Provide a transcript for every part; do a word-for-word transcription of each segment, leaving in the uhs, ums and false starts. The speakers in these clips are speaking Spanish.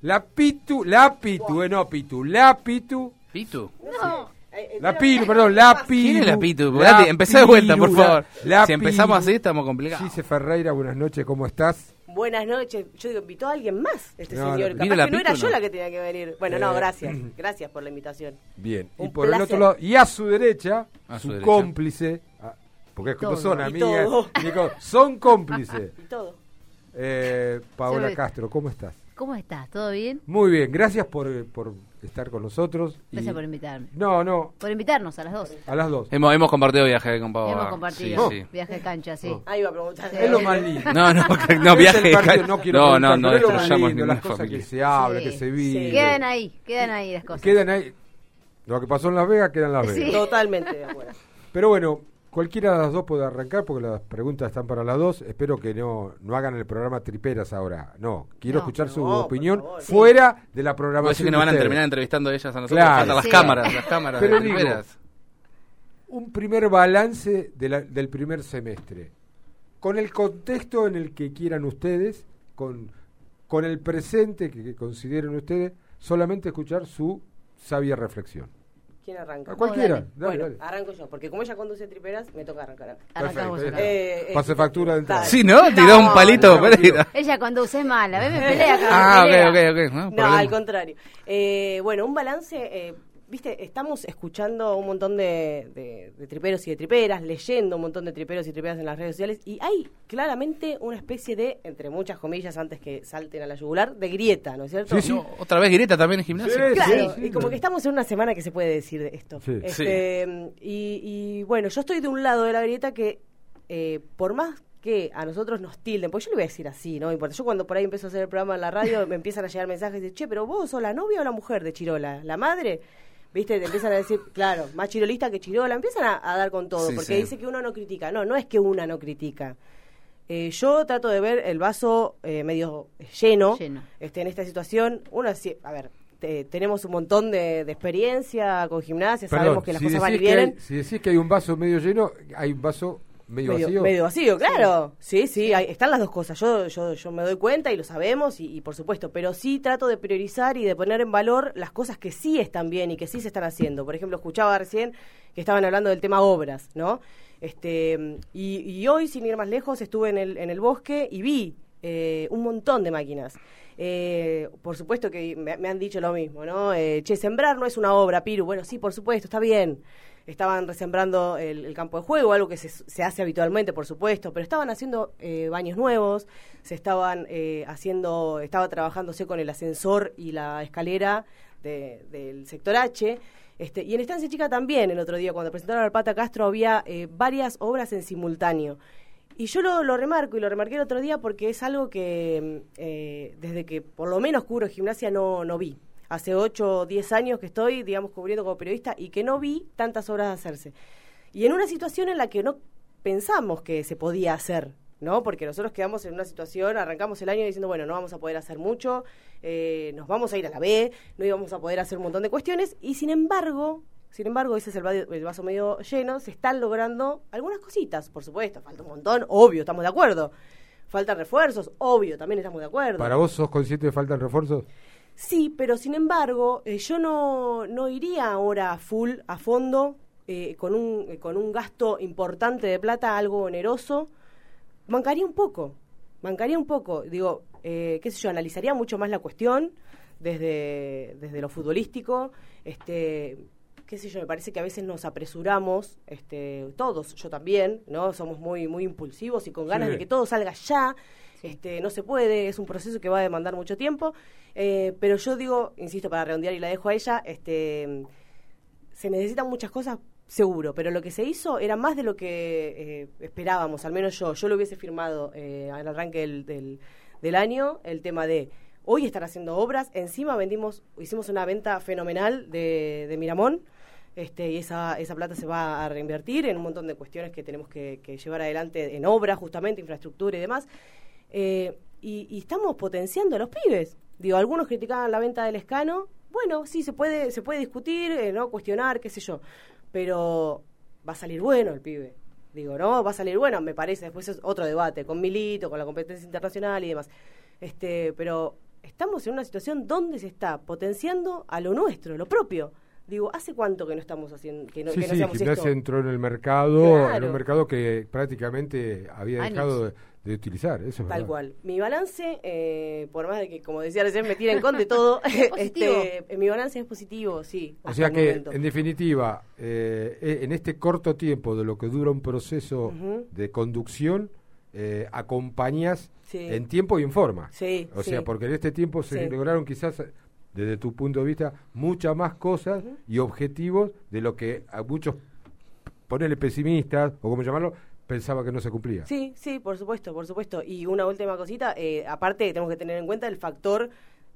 La Pitu, la Pitu, eh, no Pitu, la Pitu. ¿Pitu? No. La Pitu, perdón, la Pitu. ¿Quién es la Pitu? La Empecé de vuelta, por Piru, favor. la Si empezamos Piru. así, estamos complicados. Gise Ferreira, buenas noches, ¿cómo estás? Buenas noches. Yo digo, invitó a alguien más este No, señor. no, Capaz ¿vino la que no Pitu era o yo no? la que tenía que venir. Bueno, no, Eh, gracias. Gracias por la invitación. Bien. Y Un por el placer. otro lado, y a su derecha, A su su derecha. cómplice, ah, porque es como Todo. son Y amigas, todo. digo, son cómplices. Y todo. Eh, Paola Sí. Castro, ¿cómo estás? ¿Cómo estás? ¿Todo bien? Muy bien, gracias por, eh, por estar con nosotros. y- Gracias por invitarme. No, no, Por invitarnos a las dos. a las dos. Hemos, hemos compartido viaje con Pau. Hemos ah, compartido Sí, sí. viaje de cancha, sí. No. Ah, iba a preguntar. Sí. Es lo más lindo. No, no, que- no, Es viaje. el partido, no quiero no, preguntar, no, no pero es lo más destruyamos lindo, ninguna las cosas familia. que se habla, Sí. que se vive. Quedan ahí, quedan ahí las cosas. Quedan ahí. Lo que pasó en Las Vegas queda en Las Sí. Vegas. Totalmente de acuerdo. Pero bueno, cualquiera de las dos puede arrancar porque las preguntas están para las dos. Espero que no, no hagan el programa triperas ahora. No, quiero No, escuchar su no, por opinión favor. fuera de la Vos programación. decís que nos van a de ustedes. terminar entrevistando ellas a nosotros. Claro. Faltan las Sí. cámaras, las cámaras Pero de digo, primeras. Un primer balance de la- del primer semestre. Con el contexto en el que quieran ustedes, con, con el presente que, que consideren ustedes, solamente escuchar su sabia reflexión. ¿Quién arranca? A cualquiera, dale. dale, bueno, dale. arranco yo, porque como ella conduce triperas, me toca arrancar. Arrancamos Perfecto. acá. Eh, eh, Pase factura de entrada. dale. Sí, ¿no? Tiró un palito, no, Pereira. Ella conduce es mala, ¿ves? Me pelea con Ah, pelea. ok, ok, ok. No, No, problema. al contrario. Eh, bueno, un balance, eh, viste, estamos escuchando un montón de, de- de triperos y de triperas, leyendo un montón de triperos y triperas en las redes sociales, y hay claramente una especie de, entre muchas comillas, antes que salten a la yugular, de grieta, ¿no es cierto? Sí, sí. No, otra vez Guireta también en gimnasio. Sí, Claro, sí, y como que estamos en una semana que se puede decir de esto. Sí. Este, y, y, bueno, yo estoy de un lado de la grieta que, eh, por más que a nosotros nos tilden, porque yo le voy a decir así, ¿no? Importa. Yo cuando por ahí empiezo a hacer el programa en la radio, me empiezan a llegar mensajes de, che, pero vos sos la novia o la mujer de Chirola, la madre. ¿Viste? Te empiezan a decir, claro, más chirolista que Chirola, empiezan a, a dar con todo, Sí, porque sí. dice que uno no critica. No, no es que una no critica. Eh, yo trato de ver el vaso eh, medio lleno, Lleno. Este, en esta situación. Uno, sí, a ver, te- tenemos un montón de, de experiencia con gimnasia, Perdón, sabemos que las si cosas van y decís que vienen. hay- si decís que hay un vaso medio lleno, hay un vaso medio, Medio, vacío. medio vacío, claro. Sí, sí, hay- están las dos cosas. Yo, yo, yo me doy cuenta y lo sabemos y, y por supuesto, pero sí trato de priorizar y de poner en valor las cosas que sí están bien y que sí se están haciendo. Por ejemplo, escuchaba recién que estaban hablando del tema obras, ¿no? Este, y, y hoy, sin ir más lejos, estuve en el, en el bosque y vi eh, un montón de máquinas. Eh, por supuesto que me, me han dicho lo mismo, ¿no? Eh, che, sembrar no es una obra, Piru. Bueno, sí, por supuesto, está bien. Estaban resembrando el, el campo de juego, algo que se, se hace habitualmente, por supuesto, pero estaban haciendo eh, baños nuevos, se estaban eh, haciendo, estaba trabajándose con el ascensor y la escalera de- del sector H. Este, y en Estancia Chica también, el otro día, cuando presentaron al Pata Castro, había eh, varias obras en simultáneo. Y yo lo, lo remarco, y lo remarqué el otro día porque es algo que eh, desde que por lo menos cubro gimnasia no, no vi. Hace ocho o diez años que estoy, digamos, cubriendo como periodista y que no vi tantas obras hacerse. Y en una situación en la que no pensamos que se podía hacer, ¿no? Porque nosotros quedamos en una situación, arrancamos el año diciendo, bueno, no vamos a poder hacer mucho, eh, nos vamos a ir a la B, no íbamos a poder hacer un montón de cuestiones, y sin embargo, sin embargo, ese es el, va- el vaso medio lleno, se están logrando algunas cositas, por supuesto, falta un montón, obvio, estamos de acuerdo. Faltan refuerzos, obvio, también estamos de acuerdo. ¿Para vos sos consciente de que faltan refuerzos? Sí, pero sin embargo, eh, yo no, no iría ahora a full, a fondo, eh, con, un, eh, con un gasto importante de plata, algo oneroso. Mancaría un poco, mancaría un poco. Digo, eh, qué sé yo, analizaría mucho más la cuestión desde, desde lo futbolístico. Este, qué sé yo, me parece que a veces nos apresuramos, este, todos, yo también, ¿no? Somos muy, muy impulsivos y con ganas Sí. de que todo salga ya. Este, no se puede, es un proceso que va a demandar mucho tiempo, eh, pero yo digo, insisto, para redondear y la dejo a ella, este, se necesitan muchas cosas, seguro, pero lo que se hizo era más de lo que eh, esperábamos, al menos yo, yo lo hubiese firmado eh, al arranque del, del, del año, el tema de hoy estar haciendo obras, encima vendimos, hicimos una venta fenomenal de, de Miramón, Este, y esa, esa plata se va a reinvertir en un montón de cuestiones que tenemos que, que llevar adelante en obras, justamente, infraestructura y demás. Eh, y, y estamos potenciando a los pibes. Digo, algunos criticaban la venta del Escano. Bueno, sí, se puede se puede discutir, eh, no cuestionar, qué sé yo. Pero va a salir bueno el pibe. Digo, ¿no? Va a salir bueno, me parece. Después es otro debate, con Milito, con la competencia internacional y demás. Este, pero estamos en una situación donde se está potenciando a lo nuestro, lo propio. Digo, ¿hace cuánto que no estamos haciendo, que no, Sí, que no sí, hacíamos Gimnasia esto? entró en el mercado, Claro. en un mercado que prácticamente había Años. dejado de, de utilizar, eso es Tal verdad. cual. Mi balance, eh, por más de que, como decía recién, me tiren con de todo, positivo. este, mi balance es positivo, sí. O hasta sea el que, momento. en definitiva, eh, eh, en este corto tiempo de lo que dura un proceso Ujú. de conducción, eh, acompañas Sí. en tiempo y en forma. Sí, O sí. sea, porque en este tiempo se Sí. lograron quizás, desde tu punto de vista, muchas más cosas Ujú. y objetivos de lo que a muchos, ponele pesimistas, o como llamarlo, pensaba que no se cumplía. Sí, sí, por supuesto, por supuesto. Y una última cosita, eh, aparte tenemos que tener en cuenta el factor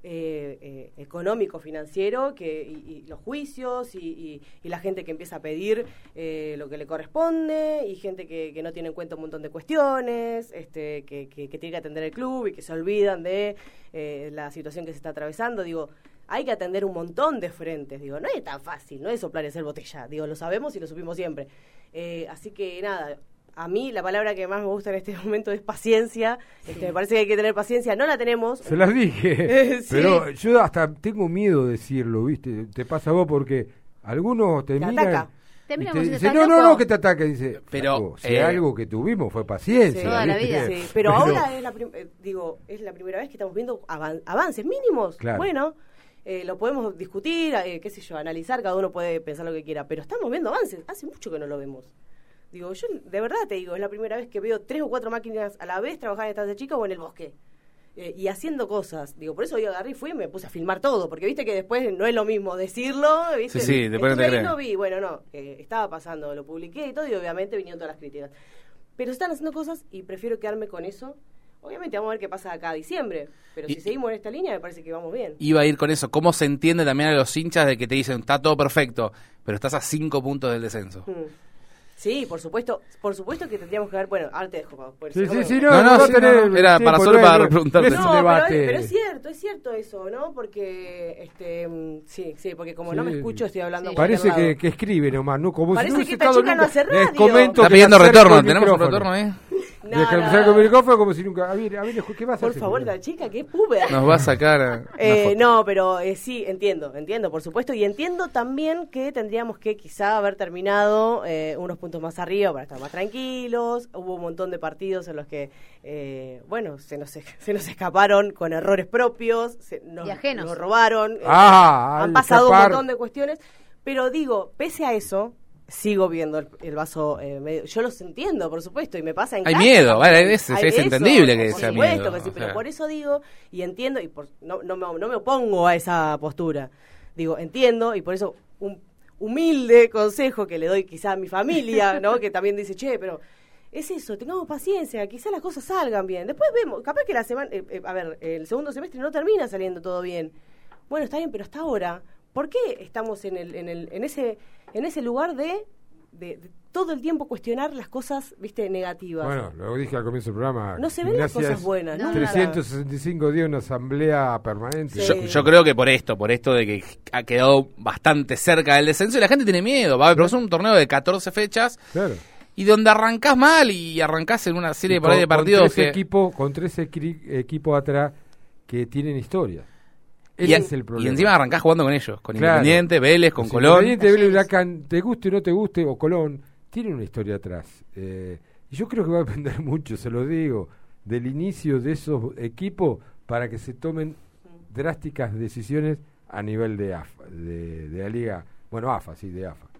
eh, eh, económico, financiero, que y, y los juicios y, y, y la gente que empieza a pedir eh, lo que le corresponde y gente que, que no tiene en cuenta un montón de cuestiones, este, que, que, que tiene que atender el club y que se olvidan de eh, la situación que se está atravesando. Digo, hay que atender un montón de frentes. Digo, no es tan fácil, no es soplar y hacer botella. Digo, lo sabemos y lo supimos siempre. Eh, así que nada. A mí la palabra que más me gusta en este momento es paciencia. Este, me parece que hay que tener paciencia. No la tenemos. Se las dije, Sí. pero yo hasta tengo miedo de decirlo, ¿viste? Te pasa a vos porque algunos te, Te miran ataca. Te y miran te como si dicen, estás no, no, loco". no, que te ataque. Dice, Pero, flaco, si eh, algo que tuvimos fue paciencia. Sí. Toda la ¿viste? vida. Sí, pero ahora es la, prim- eh, digo, es la primera vez que estamos viendo avan- avances mínimos. Claro. Bueno, eh, lo podemos discutir, eh, qué sé yo, analizar, cada uno puede pensar lo que quiera, pero estamos viendo avances. Hace mucho que no lo vemos. Digo, yo de verdad te digo, es la primera vez que veo tres o cuatro máquinas a la vez trabajar en estancia chica o en el bosque. Eh, y haciendo cosas. Digo, por eso yo agarré y fui y me puse a filmar todo, porque viste que después no es lo mismo decirlo, ¿viste? Sí, sí, después no te Estuve ahí, creen. no vi, bueno, no, eh, estaba pasando, lo publiqué y todo, y obviamente vinieron todas las críticas. Pero están haciendo cosas y prefiero quedarme con eso. Obviamente vamos a ver qué pasa acá a diciembre, pero Y- si seguimos en esta línea me parece que vamos bien. Iba a ir con eso. ¿Cómo se entiende también a los hinchas de que te dicen, está todo perfecto, pero estás a cinco puntos del descenso? Mm. Sí, por supuesto, por supuesto que tendríamos que ver, bueno, ahora te dejo, Pau, por Sí, eso sí, me- sí, no, No, no, no va a sí, tener no, no. Era tiempo, para solo no es- para no es- preguntarte. no es un No, pero, debate. pero es cierto, es cierto eso, ¿no? Porque, este, mm, sí, sí, porque como no me Sí. escucho estoy hablando Sí. por Parece cualquier que, lado. que escribe nomás, ¿no? Como Parece si no que hubiese esta estado chica no nunca. hace Les radio. comento Está que pidiendo me acerco retorno, al tenemos un micrófono. retorno, ¿eh? No, Deja no, que salga no. el micrófono como si nunca. A ver, a ver, ¿qué vas a Por hacer? favor, la chica, qué puber. Nos va a sacar a- una Eh, foto. no, pero eh, sí, entiendo, entiendo, por supuesto, y entiendo también que tendríamos que quizá haber terminado eh, unos puntos más arriba para estar más tranquilos. Hubo un montón de partidos en los que, eh, bueno, se nos, se nos escaparon con errores propios, se, nos, Y ajenos. nos robaron, eh, Ah, han al pasado escapar. un montón de cuestiones, pero digo, pese a eso, sigo viendo el, el vaso eh, medio. Yo los entiendo, por supuesto, y me pasa en Hay casa miedo, también. vale, es- Hay es eso, entendible que por sea supuesto miedo, que sí, o pero sea. por eso digo y entiendo y por, no, no, me, no me opongo a esa postura. Digo, entiendo y por eso un humilde consejo que le doy quizá a mi familia, ¿no? Que también dice, che, pero es eso, tengamos paciencia, quizá las cosas salgan bien. Después vemos, capaz que la semana, eh, eh, a ver, el segundo semestre no termina saliendo todo bien. Bueno, está bien, pero hasta ahora, ¿por qué estamos en el, en el, en ese, en ese lugar de, de, de todo el tiempo cuestionar las cosas, viste, negativas? Bueno, lo dije al comienzo del programa. No se ven las Gimnasia cosas es buenas, ¿no? trescientos sesenta y cinco días una asamblea permanente. Sí. Yo, yo creo que por esto, por esto de que ha quedado bastante cerca del descenso y la gente tiene miedo. Va a haber es un torneo de catorce fechas Claro. y donde arrancás mal y arrancás en una serie Y por ahí de con- con partidos tres que... equipos, con tres equi- equipos atrás que tienen historia. Y, Ese en- es el problema. y encima arrancás jugando con ellos, con Claro. Independiente, Vélez, con Si Colón. Independiente, Vélez, Talleres. Huracán, te guste o no te guste, o Colón, tienen una historia atrás. Eh, y yo creo que va a depender mucho, se lo digo, del inicio de esos equipos para que se tomen drásticas decisiones a nivel de A F A, de, de la liga, bueno, A F A, sí, de A F A.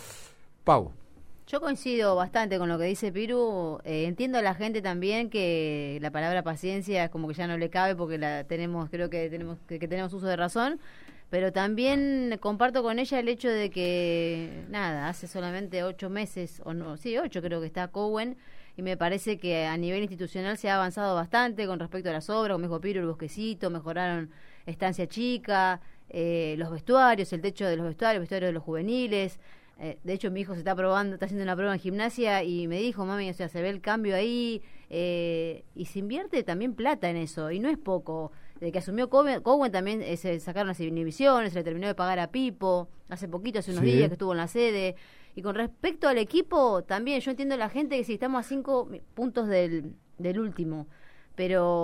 Pau. Yo coincido bastante con lo que dice Piru. Eh, entiendo a la gente también que la palabra paciencia es como que ya no le cabe porque la tenemos, creo que tenemos que, que tenemos uso de razón. Pero también comparto con ella el hecho de que, nada, hace solamente ocho meses, o no, sí, ocho creo que está Cowen, y me parece que a nivel institucional se ha avanzado bastante con respecto a las obras, como dijo Piru, el bosquecito, mejoraron estancia chica, eh, los vestuarios, el techo de los vestuarios, vestuarios de los juveniles. Eh, de hecho, mi hijo se está probando, está haciendo una prueba en gimnasia y me dijo, mami, o sea, se ve el cambio ahí eh, y se invierte también plata en eso y no es poco. Desde que asumió Cowen, Cowen también eh, se sacaron las inhibiciones, se le terminó de pagar a Pipo, hace poquito, hace unos Sí. días que estuvo en la sede. Y con respecto al equipo, también yo entiendo a la gente que si estamos a cinco mi- puntos del, del último, pero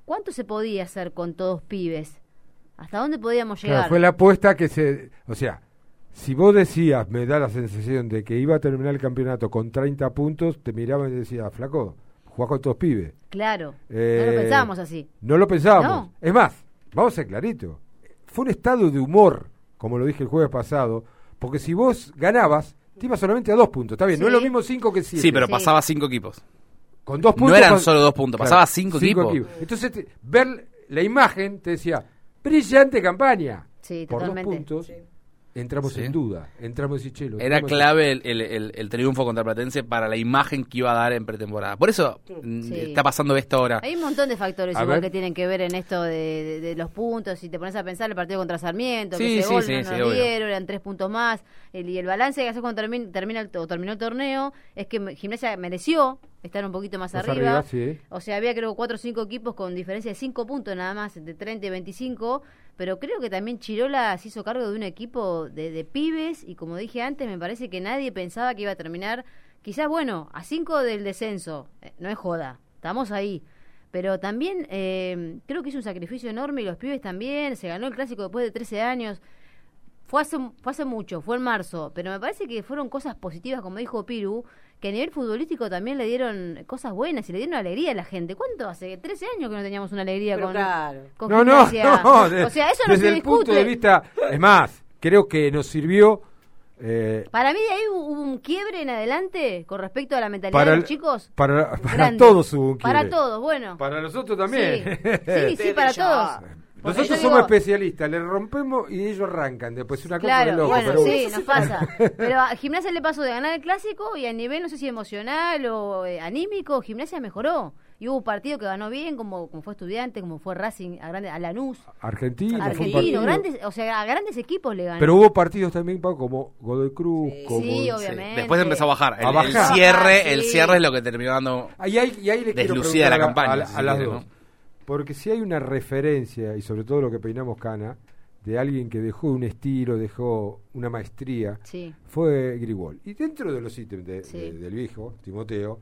¿cuánto se podía hacer con todos pibes? ¿Hasta dónde podíamos llegar? Claro, fue la apuesta que se... O sea, si vos decías, me da la sensación de que iba a terminar el campeonato con treinta puntos, te miraban y decías, flaco, jugás con todos pibes. Claro, Eh, no lo pensábamos así. No lo pensábamos. No. Es más, vamos a ser clarito. Fue un estado de humor, como lo dije el jueves pasado, porque si vos ganabas, te ibas solamente a dos puntos. Está bien, no es Sí. lo mismo cinco que siete. Sí, pero Sí. pasaba cinco equipos. Con dos No puntos. eran con- solo dos puntos, pasaba cinco equipos. Entonces, te- ver la imagen te decía, brillante campaña. Sí, Por dos totalmente. puntos, Sí. entramos Sí. en duda. Entramos en Chichelo. Era clave el, el- el- el triunfo contra Platense para la imagen que iba a dar en pretemporada. Por eso mm, Sí. está pasando esto ahora. Hay un montón de factores A igual ver. que tienen que ver en esto de, de- de los puntos. Si te pones a pensar el partido contra Sarmiento, Sí, que ese sí, gol sí, no sí, nos obvio. dieron, eran tres puntos más. El, y el balance que hace cuando termina, termina el, o terminó el torneo es que me- Gimnasia mereció estar un poquito más, Más arriba. arriba, sí. O sea, había creo cuatro o cinco equipos con diferencia de cinco puntos nada más, de treinta y veinticinco. Pero creo que también Chirola se hizo cargo de un equipo de, de pibes y como dije antes, me parece que nadie pensaba que iba a terminar, quizás bueno, a cinco del descenso. Eh, no es joda, estamos ahí. Pero también eh, creo que hizo un sacrificio enorme y los pibes también. Se ganó el clásico después de trece años. Fue hace, fue hace mucho, fue en marzo. Pero me parece que fueron cosas positivas, como dijo Piru, que a nivel futbolístico también le dieron cosas buenas y le dieron alegría a la gente. ¿Cuánto hace? trece años que no teníamos una alegría Pero con, claro. con No, no, Gimnasia. no. de- O sea, eso no desde se el discute. punto de vista, es más, creo que nos sirvió eh, Para mí de ahí hubo un quiebre en adelante con respecto a la mentalidad para, de el- los chicos. para, para Grande. todos hubo un Para quiebre. todos, bueno. Para nosotros también. Sí, sí, sí, para Ya. todos. Porque Nosotros yo somos digo- especialistas, le rompemos y ellos arrancan. Después una cosa Claro, de loco. bueno, pero sí, nos pasa. Pero a Gimnasia le pasó de ganar el clásico y a nivel, no sé si emocional o eh, anímico, Gimnasia mejoró. Y hubo un partido que ganó bien, como, como fue Estudiante, como fue Racing, a, grande, a Lanús. Argentina, fue un Argentino, partido. grandes, o sea, a grandes equipos le ganó. Pero hubo partidos también, Pau, como Godoy Cruz, Sí. como... Sí, Sí. obviamente. Después empezó a bajar. El, A bajar. el cierre, Ah, el sí. cierre es lo que terminó dando. Ahí, hay, y ahí le quiero Deslucida la preguntar a- campaña, a, si a se las quiere, dos. ¿no? Porque si hay una referencia, y sobre todo lo que peinamos Cana, de alguien que dejó un estilo, dejó una maestría, Sí, fue Grigol. Y dentro de los ítems de- Sí. de- del viejo, Timoteo,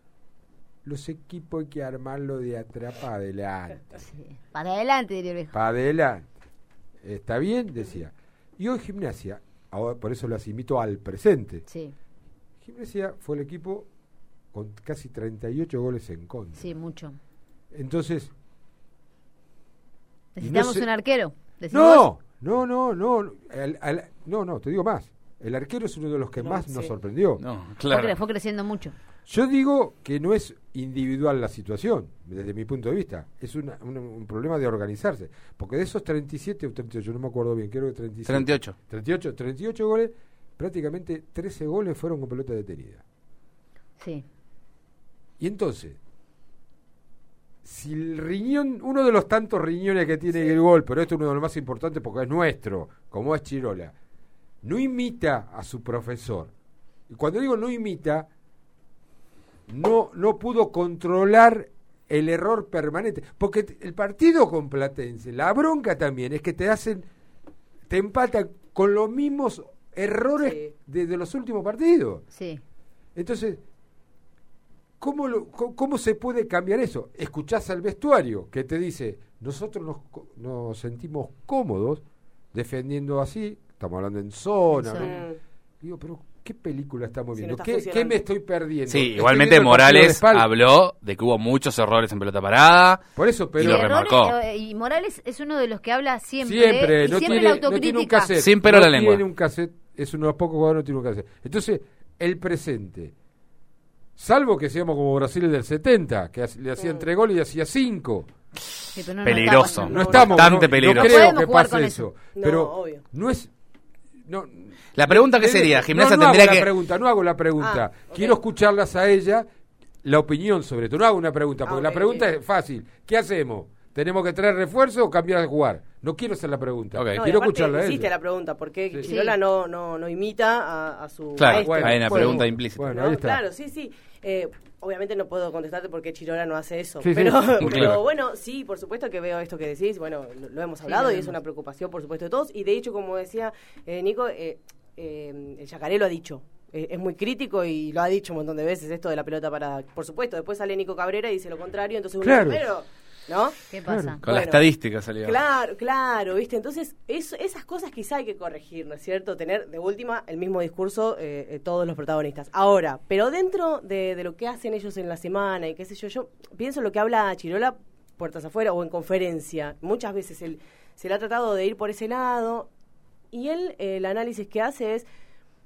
los equipos hay que armarlo de atrás para adelante. sí. Para adelante, diría el viejo. Para adelante. ¿Está bien? Decía. Y hoy Gimnasia, ahora por eso las invito al presente. Sí, Gimnasia fue el equipo con casi treinta y ocho goles en contra. sí, mucho. Entonces, Necesitamos sé- un arquero. ¿Decís vos? no, no, no, no, al- al- no, no, te digo más. El arquero es uno de los que No, más nos sí. sorprendió. No, Fue, cre- claro. fue creciendo mucho. Yo digo que no es individual la situación, desde mi punto de vista. Es una- una- un problema de organizarse. Porque de esos treinta y siete o treinta y ocho, no me acuerdo bien, creo que treinta y siete. treinta y ocho. treinta y ocho, treinta y ocho goles, prácticamente trece goles fueron con pelota detenida. Sí, Y entonces, si el riñón, uno de los tantos riñones que tiene el gol, pero esto es uno de los más importantes porque es nuestro, como es Chirola, no imita a su profesor. Y cuando digo no imita, no, no pudo controlar el error permanente. Porque t- el partido con Platense, la bronca también es que te hacen, te empatan con los mismos errores Sí. de, de los últimos partidos. sí. Entonces, ¿cómo, lo- co- ¿cómo se puede cambiar eso? Escuchás al vestuario que te dice, nosotros nos, co- nos sentimos cómodos defendiendo así, estamos hablando en zona. En ¿no? zona. Mm. Digo, pero ¿qué película estamos Sí, no viendo? está ¿Qué, funcionando. ¿Qué me estoy perdiendo? Sí, Estoy igualmente viendo el partido de Morales espalda. habló de que hubo muchos errores en pelota parada. Por eso, Y pero... lo Y errores, remarcó. eh, y Morales es uno de los que habla siempre. Siempre, y no, siempre tiene, la no tiene un autocrítica. cassette. Sin pelo no la lengua. tiene un cassette, es uno de los pocos jugadores que no tiene un cassette. Entonces, el presente, salvo que seamos como Brasil del setenta, que hace- le hacían Mm. tres goles y hacía cinco. Sí, pero no, no Peligroso. está No, pasando. estamos, Bastante no, peligroso. no No creo podemos que jugar pase con eso. eso. No, Pero obvio. no es... No, La pregunta que debe- sería, Gimnasia no, no tendría hago que... la pregunta, no hago la pregunta. Ah, ok. Quiero escucharlas a ella, la opinión sobre esto. No hago una pregunta, porque Ah, la ok, pregunta ok. es fácil. ¿Qué hacemos? ¿Tenemos que traer refuerzo o cambiar de jugar? No quiero hacer la pregunta. Ok. No, y Quiero aparte escucharla a hiciste ella. la pregunta, ¿por qué Sí. Chirola Sí. no, no, no imita a, a su Claro, maestro? hay una bueno, pregunta implícita. Bueno, ¿no? ahí está. Claro, sí, sí. Eh, obviamente no puedo contestarte porque Chirola no hace eso. Sí, sí. pero, Muy pero claro. bueno, sí, por supuesto que veo esto que decís. Bueno, lo, lo hemos hablado lo y es vemos. una preocupación, por supuesto, de todos. Y de hecho, como decía eh, Nico, eh, eh, el Yacaré lo ha dicho. Eh, es muy crítico y lo ha dicho un montón de veces esto de la pelota para... Por supuesto, después sale Nico Cabrera y dice lo contrario. Entonces uno Claro. dice, pero... ¿no? ¿Qué pasa? Con Bueno, la estadística salió. Claro, claro, ¿viste? Entonces, eso, esas cosas quizá hay que corregir, ¿no es cierto? Tener, de última, el mismo discurso eh, eh, todos los protagonistas. Ahora, pero dentro de, de lo que hacen ellos en la semana y qué sé yo, yo pienso lo que habla Chirola puertas afuera o en conferencia. Muchas veces él se le ha tratado de ir por ese lado y él, eh, el análisis que hace es...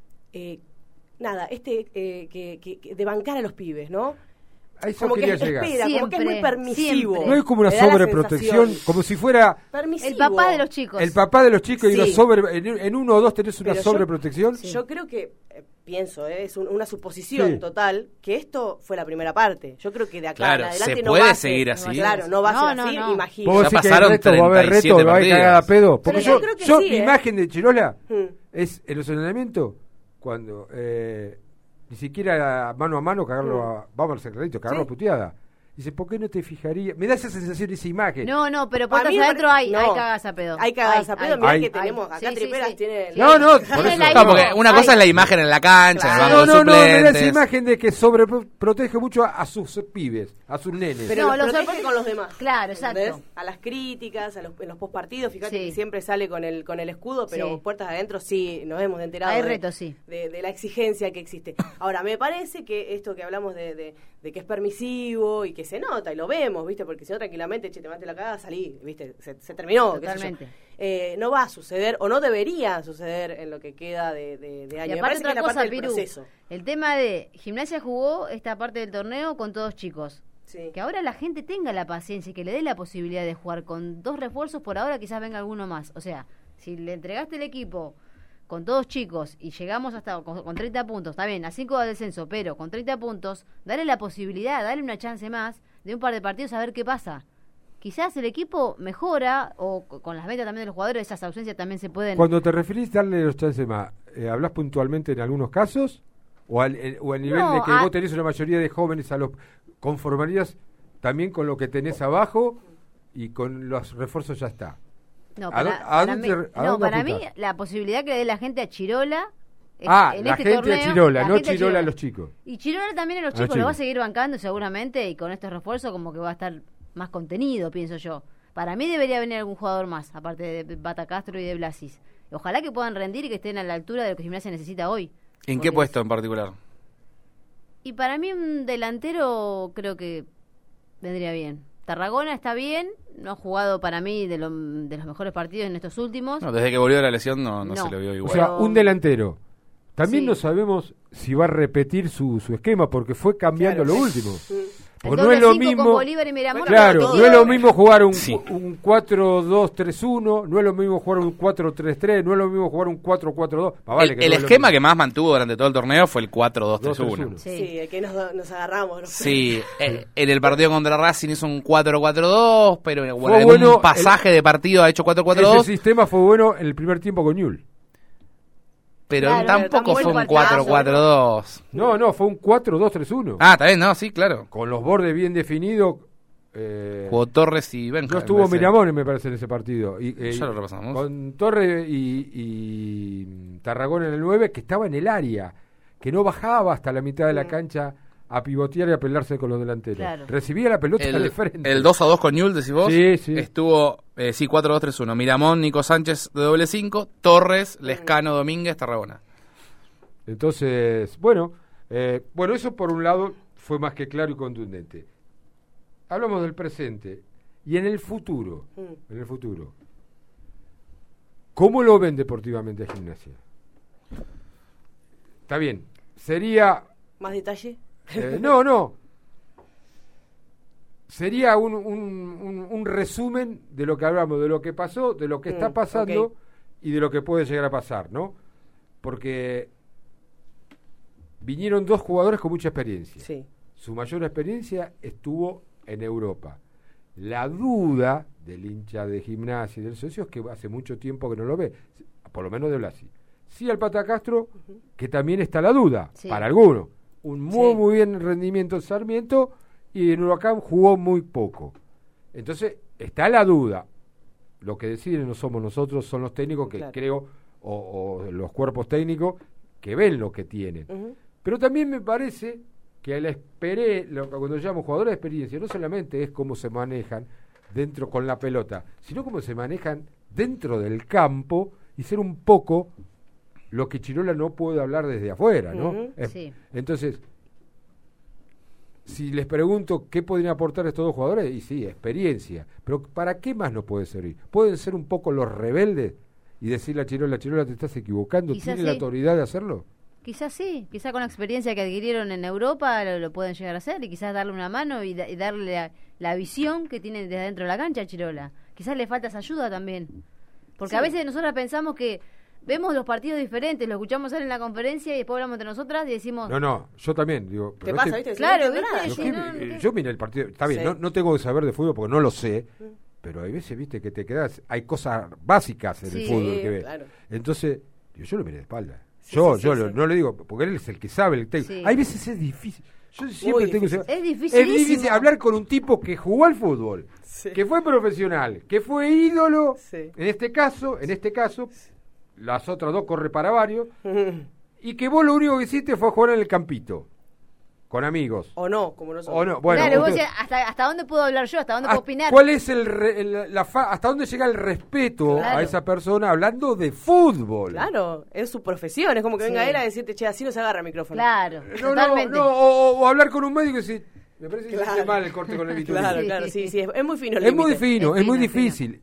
Eh, nada, este eh, que, que, que de bancar a los pibes, ¿no? A eso como quería que llegar. espera, como que es muy Siempre, permisivo. siempre. No es como una Me da la sobreprotección, sensación. como si fuera Permisivo. El papá de los chicos. el papá de los chicos y Sí. una sobre, en, en uno o dos tenés una Pero yo- sobreprotección. Yo creo que, eh, pienso, eh, es un- una suposición Sí. total, que esto fue la primera parte. Yo creo que de acá Claro, en adelante ¿se no puede va a ser- seguir así? Claro, no va a No, ser no, así, no. imagino. ¿Vos Ya decís que hay pasaron reto, va a haber treinta y siete reto, va a haber partidos. cagada a pedo? Porque Pero yo, yo creo que yo sí, mi ¿eh? imagen de Chirola Mm. es en los entrenamientos, cuando eh, ni siquiera mano a mano cagarlo a, vamos al secretito, cagarlo Sí. a puteada. Dice, ¿por qué no te fijaría? Me da esa sensación, esa imagen. No, no, pero A puertas mí me adentro pare- hay, no. hay cagadas a pedo. Hay cagadas a pedo, hay. mirá Hay. que tenemos, Hay. acá Sí, sí, Triperas sí. tiene... No, no, por Tiene eso. la No, porque una cosa Ay. es la imagen en la cancha, en el Claro. banco No, de no, no, me da esa suplentes. imagen de que sobreprotege mucho a, a sus pibes, a sus nenes. Pero No, los los protege sorprende- con los demás. Claro, exacto. ¿Entendés? A las críticas, a los, en los postpartidos, fíjate Sí. que siempre sale con el con el escudo, pero Sí. puertas adentro sí nos hemos enterado Hay de, retos, sí. de, de la exigencia que existe. Ahora, me parece que esto que hablamos de, de, de que es permisivo y que se nota y lo vemos, ¿viste? Porque si no, tranquilamente, che, te mate la cagada, salí, ¿viste? Se, se terminó, qué sé yo. Totalmente. Eh, no va a suceder, o no debería suceder en lo que queda de, de, de año. Y Me aparte parece que otra es la cosa, parte del Piru, proceso. el tema de Gimnasia jugó esta parte del torneo con todos chicos. Sí. Que ahora la gente tenga la paciencia y que le dé la posibilidad de jugar con dos refuerzos, por ahora quizás venga alguno más. O sea, si le entregaste el equipo con todos chicos y llegamos hasta con, con treinta puntos, está bien, a cinco de descenso, pero con treinta puntos, dale la posibilidad, dale una chance más de un par de partidos a ver qué pasa. Quizás el equipo mejora o c- con las ventas también de los jugadores, esas ausencias también se pueden... Cuando te referís a darle los chances más, eh, ¿hablas puntualmente en algunos casos? ¿O al, eh, o al nivel No, de que a- vos tenés una mayoría de jóvenes a los conformarías también con lo que tenés abajo y con los refuerzos ya está? No, ¿A para, dó- a para dónde mí, re- a no, dónde para mí apuntás? la posibilidad que le dé la gente a Chirola es- Ah, en la este gente torneo, a Chirola, la no gente Chirola a los chicos. Y Chirola también a los A los chicos lo va a chicos. seguir bancando seguramente y con estos refuerzos como que va a estar más contenido, pienso yo. Para mí debería venir algún jugador más, aparte de Bata Castro y de Blasis. Ojalá que puedan rendir y que estén a la altura de lo que Gimnasia necesita hoy. ¿En qué Porque- puesto en particular? Y para mí un delantero creo que vendría bien. Tarragona está bien, no ha jugado para mí de, lo- de los mejores partidos en estos últimos. No, desde que volvió de la lesión no, no, No. se le vio O igual. sea, Pero- un delantero. También Sí. no sabemos si va a repetir su, su esquema porque fue cambiando Claro. lo último. El Porque no doble es lo cinco con mismo. Bolívar y Miramón, Claro, todo. no es lo mismo jugar un, Sí. un cuatro dos tres uno, no es lo mismo jugar un cuatro tres tres, no es lo mismo jugar un cuatro cuatro dos. Más vale el que el no es lo esquema mismo. que más mantuvo durante todo el torneo fue el cuatro dos tres dos tres uno. uno. Sí. Sí, el que nos, nos agarramos. ¿no? Sí, eh, en el partido contra Racing hizo un cuatro cuatro dos, pero en Fue algún bueno pasaje de partido ha hecho cuatro cuatro Ese dos, sistema fue bueno en el primer tiempo con Newell. pero Claro, tampoco pero fue tan un cuatro cuatro dos. No, no, fue un cuatro dos tres uno. Ah, está bien, no, sí, claro. Con los bordes bien definidos. Eh, Jugó Torres y Benja. no en estuvo vez de- Miramón, me parece, en ese partido. Y, eh, Ya lo repasamos. Con Torre y, y Tarragona en el nueve, que estaba en el área, que no bajaba hasta la mitad de la cancha a pivotear y a pelearse con los delanteros. Claro. Recibía la pelota de El, frente. el dos a dos con Newell, decís vos. Sí, sí. Estuvo, eh, sí, cuatro dos tres uno. Miramón, Nico Sánchez de doble cinco, Torres, Lescano, Domínguez, Tarragona. Entonces, bueno, eh, bueno, eso por un lado fue más que claro y contundente. Hablamos del presente y en el futuro, Mm. en el futuro. ¿Cómo lo ven deportivamente a Gimnasia? Está bien, sería ¿Más detalle? eh, no, no. Sería un, un, un, un resumen de lo que hablamos, de lo que pasó, de lo que está Mm, pasando ok. y de lo que puede llegar a pasar, ¿no? Porque vinieron dos jugadores con mucha experiencia. Sí. Su mayor experiencia estuvo en Europa. La duda del hincha de Gimnasia y del socio es que hace mucho tiempo que no lo ve, por lo menos de Blasi. Sí al Pata Castro, que también está la duda, Sí. para algunos. Un muy, Sí. muy bien rendimiento en Sarmiento y en Huracán jugó muy poco. Entonces, está la duda. Lo que deciden no somos nosotros, son los técnicos que Claro. creo, o, o los cuerpos técnicos, que ven lo que tienen. Ujú. Pero también me parece que la esperé, lo, cuando llamo jugadores de experiencia, no solamente es cómo se manejan, dentro con la pelota, sino cómo se manejan dentro del campo y ser un poco lo que Chirola no puede hablar desde afuera, ¿no? Uh-huh. Es, Sí. Entonces, si les pregunto qué podrían aportar estos dos jugadores, y sí, experiencia, pero ¿para qué más nos puede servir? ¿Pueden ser un poco los rebeldes y decirle a Chirola, Chirola, te estás equivocando? Quizás ¿Tiene la sí. autoridad de hacerlo? Quizás sí, quizás con la experiencia que adquirieron en Europa lo, lo pueden llegar a hacer y quizás darle una mano y, da- y darle la, la visión que tiene desde dentro de la cancha a Chirola. Quizás le falta esa ayuda también. Porque Sí. a veces nosotras pensamos que vemos los partidos diferentes, lo escuchamos él en la conferencia y después hablamos entre nosotras y decimos... No, no, yo también, digo... ¿Qué pero pasa, este- viste? Si Claro, no entiendo ¿viste? nada. Yo, Sí, que- no, eh, no, yo miré el partido, está bien, Sí. no, no tengo que saber de fútbol porque no lo sé, pero hay veces, viste, que te quedas, hay cosas básicas en el Sí, fútbol que ves. claro. Entonces, digo, yo lo miré de espalda. Sí, yo, sí, yo sí, lo- sí. no le digo, porque él es el que sabe el técnico. Sí. Hay veces es difícil. Yo siempre tengo difícil. que Es Es dificilísimo. difícil hablar con un tipo que jugó al fútbol, Sí. que fue profesional, que fue ídolo. Sí. En este caso, en este caso, las otras dos corre para varios. Y que vos lo único que hiciste fue jugar en el campito, con amigos. O no, como nosotros. O no, bueno. claro, vos usted- decís, ¿hasta, ¿hasta dónde puedo hablar yo? ¿Hasta dónde Ah, puedo opinar? ¿Cuál es el, re- el- la fa- hasta dónde llega el respeto Claro. a esa persona hablando de fútbol? Claro, es su profesión. Es como que venga Sí. él a decirte, che, así no se agarra el micrófono. Claro, No, no, totalmente. no, o, o hablar con un médico y decir, me parece que Claro. hiciste mal el corte con el vitulino. Claro, Sí. claro, sí, sí. Es, es muy fino el Es muy límite. fino, Es es muy fino, es fino. difícil.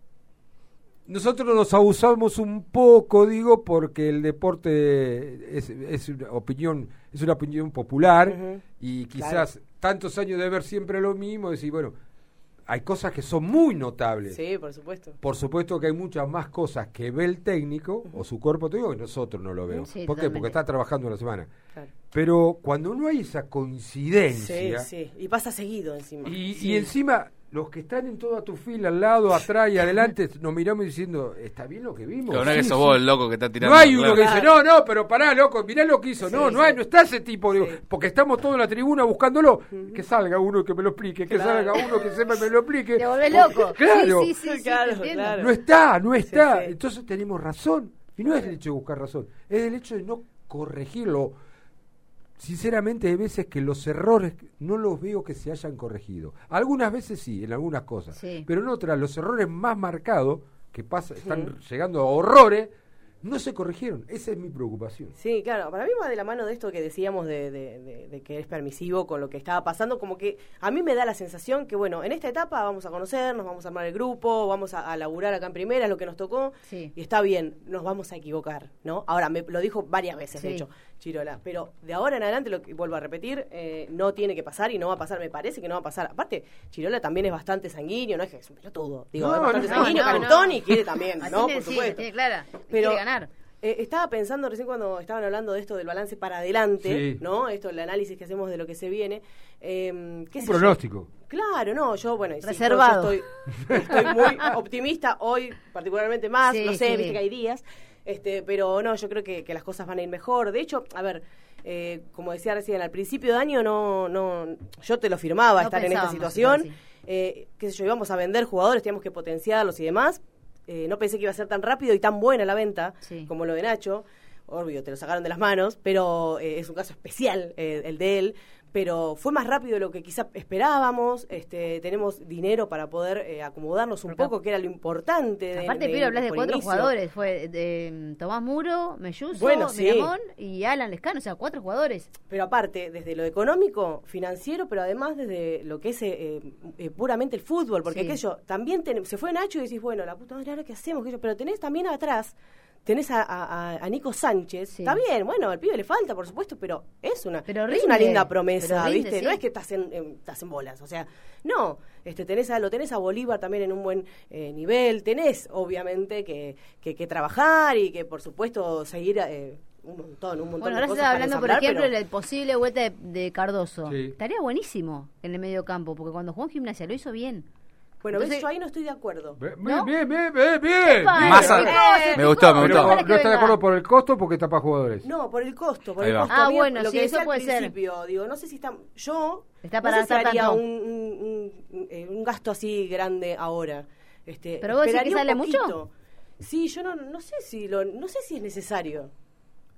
Nosotros nos abusamos un poco, digo, porque el deporte es, es una opinión, es una opinión popular Ujú. y quizás tantos años de ver siempre lo mismo, decir, bueno, hay cosas que son muy notables. Sí, por supuesto. Por supuesto que hay muchas más cosas que ve el técnico o su cuerpo técnico que nosotros no lo vemos. Sí, ¿Por qué? totalmente. Porque está trabajando una semana. Claro. Pero cuando no hay esa coincidencia Sí, sí. Y pasa seguido encima. y, Sí. y encima los que están en toda tu fila, al lado, atrás y adelante, nos miramos diciendo, ¿está bien lo que vimos? Pero no es Sí, que sos sí. vos el loco que está tirando. No hay uno claro. que dice, no, no, pero pará, loco, mirá lo que hizo. no, Sí, no hay, sí. no está ese tipo, digo, Sí. porque estamos todos en la tribuna buscándolo. Que salga uno que me lo explique, que Claro. salga uno que sepa y me lo explique. Te volvés loco. Claro. Sí, sí, sí, sí, Claro, te entiendo. claro. No está, no está. Sí, sí. Entonces tenemos razón. Y no es el hecho de buscar razón, es el hecho de no corregirlo. Sinceramente hay veces que los errores no los veo que se hayan corregido. Algunas veces sí, en algunas cosas. Sí. Pero en otras, los errores más marcados, que pasa, están llegando a horrores, no se corrigieron. Esa es mi preocupación. Sí, claro, para mí va de la mano de esto que decíamos de, de, de- de que es permisivo con lo que estaba pasando, como que a mí me da la sensación que, bueno, en esta etapa vamos a conocernos, vamos a armar el grupo, vamos a, a laburar acá en primera, es lo que nos tocó, Sí. y está bien, nos vamos a equivocar, ¿no? Ahora, me lo dijo varias veces, de Sí. hecho, Chirola, pero de ahora en adelante, lo que vuelvo a repetir, eh, no tiene que pasar y no va a pasar, me parece que no va a pasar. Aparte, Chirola también es bastante sanguíneo, no es que es un pelotudo, digo, No, es bastante no, sanguíneo, no, calentón no. y quiere también, Así ¿no? me Por decís, supuesto. tiene clara. Pero Quiere ganar. eh, estaba pensando recién cuando estaban hablando de esto del balance para adelante, Sí. ¿no? Esto, el análisis que hacemos de lo que se viene. Eh, ¿qué Un sé yo? pronóstico. Claro, no, yo, bueno, sí, yo- Reservado. yo estoy, estoy muy optimista hoy, particularmente más, Sí, no sé, sí. viste que hay días, este, pero no, yo creo que, que las cosas van a ir mejor. De hecho, a ver, eh, como decía recién, al principio de año no, no, yo te lo firmaba No estar en esta pensábamos situación, estar así. eh, qué sé yo, íbamos a vender jugadores, teníamos que potenciarlos y demás. Eh, no pensé que iba a ser tan rápido y tan buena la venta Sí. como lo de Nacho. Obvio, te lo sacaron de las manos, pero eh, es un caso especial eh, el de él. Pero fue más rápido de lo que quizá esperábamos. Este, tenemos dinero para poder eh, acomodarnos un Porque poco, que era lo importante. De, Aparte, de- Piro, hablas de por cuatro inicio. jugadores. Fue de, Tomás Muro, Melluso, Bueno, sí. Miramón y Alan Lescano. O sea, cuatro jugadores. Pero aparte, desde lo económico, financiero, pero además desde lo que es eh, eh, eh, puramente el fútbol. Porque Sí. qué sé yo, también ten- se fue Nacho y decís, bueno, la puta madre, ¿ahora qué hacemos? ¿Qué sé yo? Pero tenés también atrás, tenés a, a, a Nico Sánchez. Sí. Está bien, bueno, al pibe le falta, por supuesto, pero es una, Pero es rinde, una linda promesa, pero rinde, ¿viste? sí. No es que estás en, en- estás en bolas, o sea, no. Este, tenés a, lo tenés a Bolívar también en un buen eh, nivel. Tenés, obviamente, que, que, que trabajar y que, por supuesto, seguir... Eh, un montón, un montón Bueno, de ahora se cosas está para hablando, por ensamblar, ejemplo, pero- de la posible vuelta de, de Cardoso. Sí. Estaría buenísimo en el medio campo, porque cuando jugó en Gimnasia lo hizo bien. Bueno, ves, Entonces- yo ahí no estoy de acuerdo. Bien, ¿No? bien, bien, bien, bien. Epa, bien. Massa- picó, se me picó. gustó, me Pero gustó. no, Para que no está de venga. acuerdo por el costo porque está para jugadores. No, por el costo, por Ahí el va. costo. Ah, A mí, bueno, lo sí, que eso decía puede al ser. principio, digo, no sé si está... Yo Está para no sé si gastar haría tanto. un, un, un, eh, un gasto así grande ahora. Este, Pero vos decís esperaría que un sale mucho. poquito. Sí, yo no, no sé si lo, no sé si es necesario.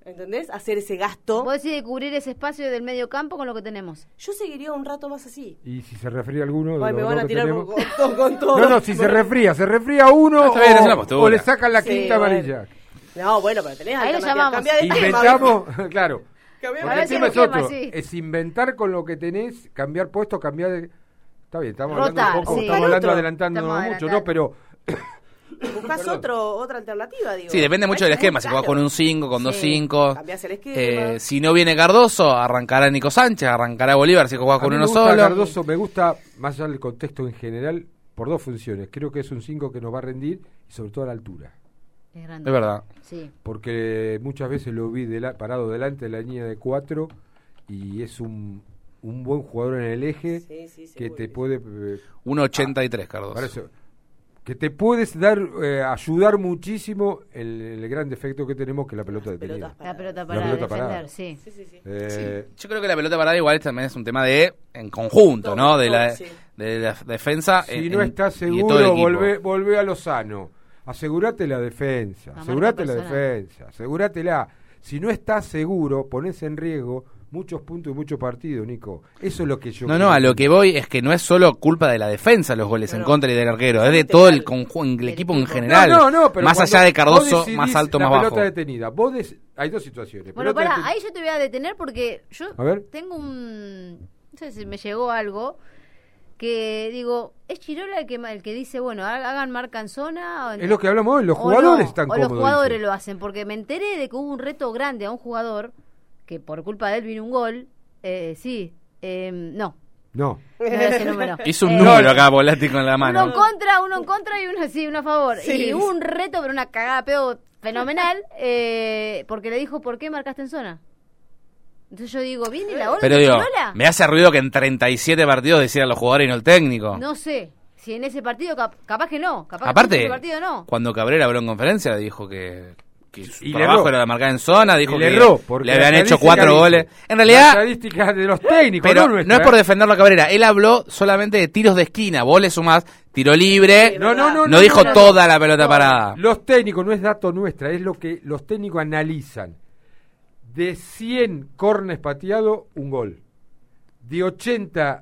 ¿entendés? Hacer ese gasto. Vos decís de cubrir ese espacio del medio campo con lo que tenemos. Yo seguiría un rato más así. Y si se resfría alguno de Ay, me los van dos a que tirar tenemos- con, con, con todo. No, no, si se resfría, se resfría uno Está bien, es una o, postura. o le sacan la Sí, quinta bueno. amarilla. No, bueno, pero tenés Ahí lo alternativa. llamamos. Cambia de tema, Inventamos, claro. Cambia de Porque A ver el si tema nos es quema, otro. sí. Es inventar con lo que tenés, cambiar puesto, cambiar de... Está bien, estamos Rotar, hablando un poco, sí. estamos hablando Otro. adelantándonos Estamos mucho, ¿no? Pero Buscás otro, otra alternativa, digo. Sí, depende mucho del Parece muy esquema. Si jugás caro. con un cinco, con dos Sí. cinco. Cambiás el esquema. Eh, si no viene Cardoso, arrancará Nico Sánchez, arrancará Bolívar si jugás a con mí uno me gusta solo. Cardoso, me gusta, más allá del contexto en general, por dos funciones. Creo que es un cinco que nos va a rendir y sobre todo a la altura. Es grande. Es verdad. Sí. Porque muchas veces lo vi de la- parado delante de la línea de cuatro y es un, un buen jugador en el eje Sí, sí, que seguro te que puede... eh, uno ochenta y tres, Cardoso. Para eso, que te puedes dar eh, ayudar muchísimo el, el gran defecto que tenemos, que es la pelota detenida. pelotas La pelota La para pelota defender, parada. sí. Sí, sí, sí. Eh, Yo creo que la pelota parada igual también es un tema de en conjunto, ¿no? De la, Sí. de la defensa. Si en- no en- estás y de todo el seguro, equipo. volvé, volvé a lo sano. Asegurate la defensa, La asegurate marca la personal. defensa, asegurátela. Si no estás seguro, ponés en riesgo muchos puntos y muchos partidos, Nico. Eso es lo que yo No, creo. no, a lo que voy es que no es solo culpa de la defensa los goles No, en no. contra y del arquero, es de Integral. todo el conjunto, el equipo en equipo. general. No, no, no, pero más cuando allá de vos Cardoso, decidís más alto, la más pelota bajo. detenida. Vos des- Hay dos situaciones. Bueno, pelota pará, deten- ahí yo te voy a detener porque yo A ver. tengo un... No sé si me llegó algo que digo, es Chirola el que, el que dice, bueno, ha- hagan marca en zona. O en- Es lo que hablamos hoy, los o jugadores no, están o cómodos. los jugadores dice. lo hacen, porque me enteré de que hubo un reto grande a un jugador que por culpa de él vino un gol. Eh, sí, eh, no, No. no era ese número. Hizo un Eh, número acá, Volati con la Uno en mano. contra, uno en contra y uno sí, uno a favor. Sí. Y hubo un reto, pero una cagada pedo fenomenal, eh, porque le dijo, ¿por qué marcaste en zona? Entonces yo digo, ¿viene la orden Pero de digo, Chirola? me hace ruido que en treinta y siete partidos decían los jugadores y no el técnico. No sé, si en ese partido, cap- capaz que no, capaz que en Aparte, ese partido no. cuando Cabrera habló en conferencia, dijo que, que su Y le trabajo erró. era de marcar en zona, dijo Y le que erró, porque le habían la hecho estadística cuatro dice- goles. En La realidad, estadística de los técnicos, pero no, no es por defenderlo a Cabrera, él habló solamente de tiros de esquina, vos le sumás tiro libre, Sí, No, no, no. no dijo no, no. toda la pelota parada. Los técnicos, no es dato nuestra, es lo que los técnicos analizan. De cien corners pateados, un gol. De ochenta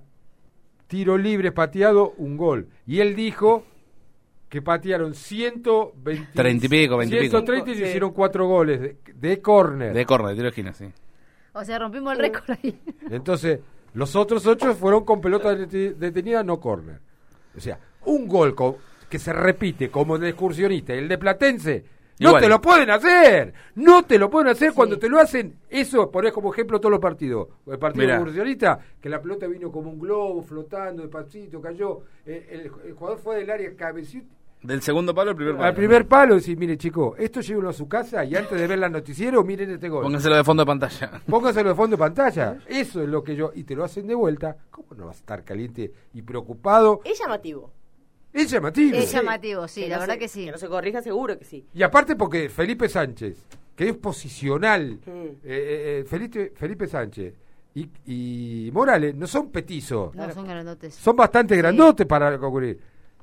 tiros libres pateados, un gol. Y él dijo que patearon ciento veinte, Treinta y pico, veinte y pico. ciento treinta y se Sí. hicieron cuatro goles de, de córner. De córner, de tiro de esquina, sí. O sea, rompimos el récord ahí. Entonces, los otros ocho fueron con pelota dete- detenida, no córner. O sea, un gol con- que se repite como de excursionista y el de Platense, no Igual. te lo pueden hacer. No te lo pueden hacer Sí. cuando te lo hacen. Eso ponés como ejemplo todos los partidos. El partido Mirá. excursionista, que la pelota vino como un globo flotando despacito, cayó. Eh, el, el jugador fue del área, cabeció Del segundo palo al primer palo. al primer palo y decís, mire chico, esto llévenlo a su casa y antes de ver la noticiero, miren este gol. Pónganselo de fondo de pantalla. Póngaselo de fondo de pantalla. Eso es lo que yo. Y te lo hacen de vuelta. ¿Cómo no vas a estar caliente y preocupado? Es llamativo. Es llamativo. Es llamativo, sí, Que la no verdad se- que sí. Que no se corrija, seguro que sí. Y aparte porque Felipe Sánchez, que es posicional, Mm. eh, eh, Felipe, Felipe Sánchez y, y Morales no son petizos. No, son grandotes. Son bastante grandotes para concurrir.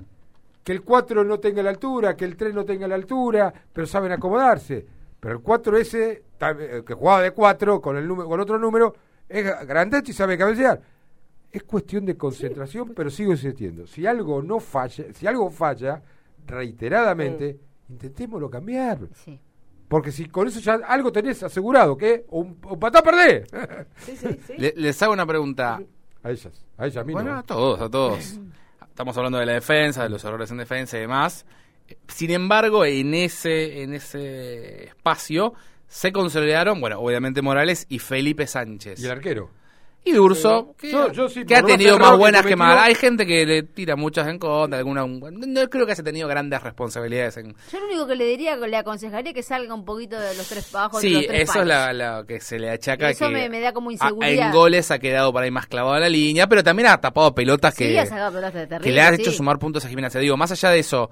Que el cuatro no tenga la altura, que el tres no tenga la altura, pero saben acomodarse. Pero el cuatro ese, tal- eh, que jugaba de cuatro con, el número, con otro número, es grandete y sabe cabecear. Es cuestión de concentración, pero sigo insistiendo. Si algo no falla, si algo falla reiteradamente, intentémoslo cambiar. Sí. Porque si con eso ya algo tenés asegurado, que un, un patá perdés. Sí, sí, sí. Le- les hago una pregunta. A ellas, a ellas a mí Bueno, no. a todos, a todos. Estamos hablando de la defensa, de los errores en defensa y demás. Sin embargo, en ese, en ese espacio se consolidaron, bueno, obviamente Morales y Felipe Sánchez. Y el arquero. Y Durso, que, Yo- yo sí, que ha por dos tenido errores más que buenas que, cometió. malas. Hay gente que le tira muchas en contra, alguna, no creo que haya tenido grandes responsabilidades en... Yo lo único que le diría, le aconsejaría que salga un poquito de los tres bajos. de Sí, los tres eso palos. es la, la que se le achaca. Eso que me- me da como a- inseguridad. En goles ha quedado por ahí más clavado en la línea, pero también ha tapado pelotas Sí, que, ha sacado pelotas de terrible, que le ha sí. hecho sumar puntos a Gimnasia. Digo, más allá de eso,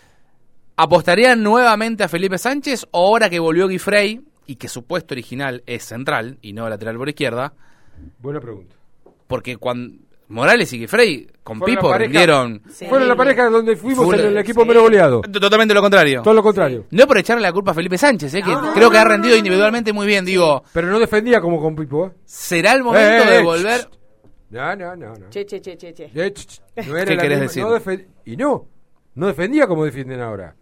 ¿apostarían nuevamente a Felipe Sánchez o ahora que volvió Guifrey y que su puesto original es central y no lateral por izquierda? Buena pregunta. Porque cuando Morales y Guifrey con Fueron Pipo la pareja- rindieron Sí. Fueron la pareja donde fuimos Full- en el equipo sí. menos goleado. totalmente lo contrario. Todo lo contrario. No es por echarle la culpa a Felipe Sánchez, ¿eh? que No, creo que no, ha no, rendido no, no. individualmente muy bien. Digo, Pero no defendía como con Pipo, ¿eh? ¿será el momento Eh, eh, de eh, volver? ch, ch. No, no, no. no. Che, che, che, che, che. Eh, ch, ch. No era ¿Qué la querés misma- decir? no defen- y no, no defendía como defienden ahora.